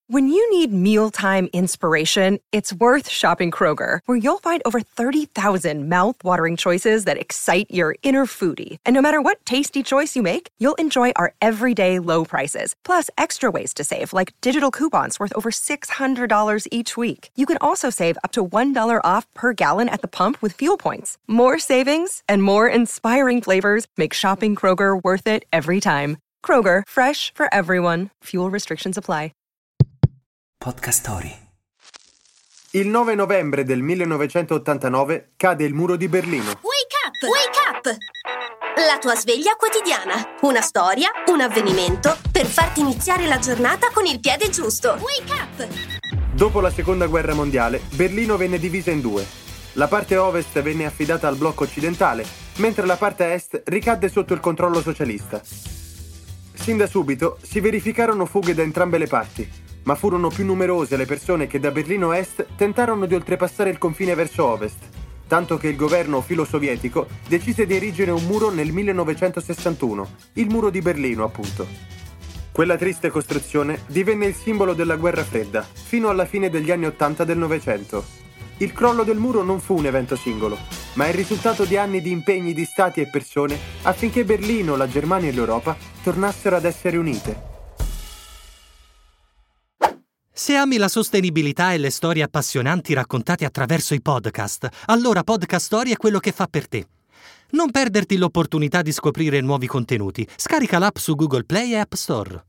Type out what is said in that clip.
When you need mealtime inspiration, it's worth shopping Kroger, where you'll find over 30,000 mouth-watering choices that excite your inner foodie. And no matter what tasty choice you make, you'll enjoy our everyday low prices, plus extra ways to save, like digital coupons worth over $600 each week. You can also save up to $1 off per gallon at the pump with fuel points. More savings and more inspiring flavors make shopping Kroger worth it every time. Kroger, fresh for everyone. Fuel restrictions apply. Podcast Story. Il 9 novembre del 1989 cade il muro di Berlino. Wake up! Wake up! La tua sveglia quotidiana. Una storia, un avvenimento per farti iniziare la giornata con il piede giusto. Wake up! Dopo la Seconda Guerra Mondiale, Berlino venne divisa in due. La parte ovest venne affidata al blocco occidentale, mentre la parte est ricadde sotto il controllo socialista. Sin da subito si verificarono fughe da entrambe le parti, ma furono più numerose le persone che da Berlino Est tentarono di oltrepassare il confine verso ovest, tanto che il governo filo-sovietico decise di erigere un muro nel 1961, il muro di Berlino appunto. Quella triste costruzione divenne il simbolo della guerra fredda, fino alla fine degli anni '80 del Novecento. Il crollo del muro non fu un evento singolo, ma è il risultato di anni di impegni di stati e persone affinché Berlino, la Germania e l'Europa tornassero ad essere unite. Se ami la sostenibilità e le storie appassionanti raccontate attraverso i podcast, allora Podcast Story è quello che fa per te. Non perderti l'opportunità di scoprire nuovi contenuti. Scarica l'app su Google Play e App Store.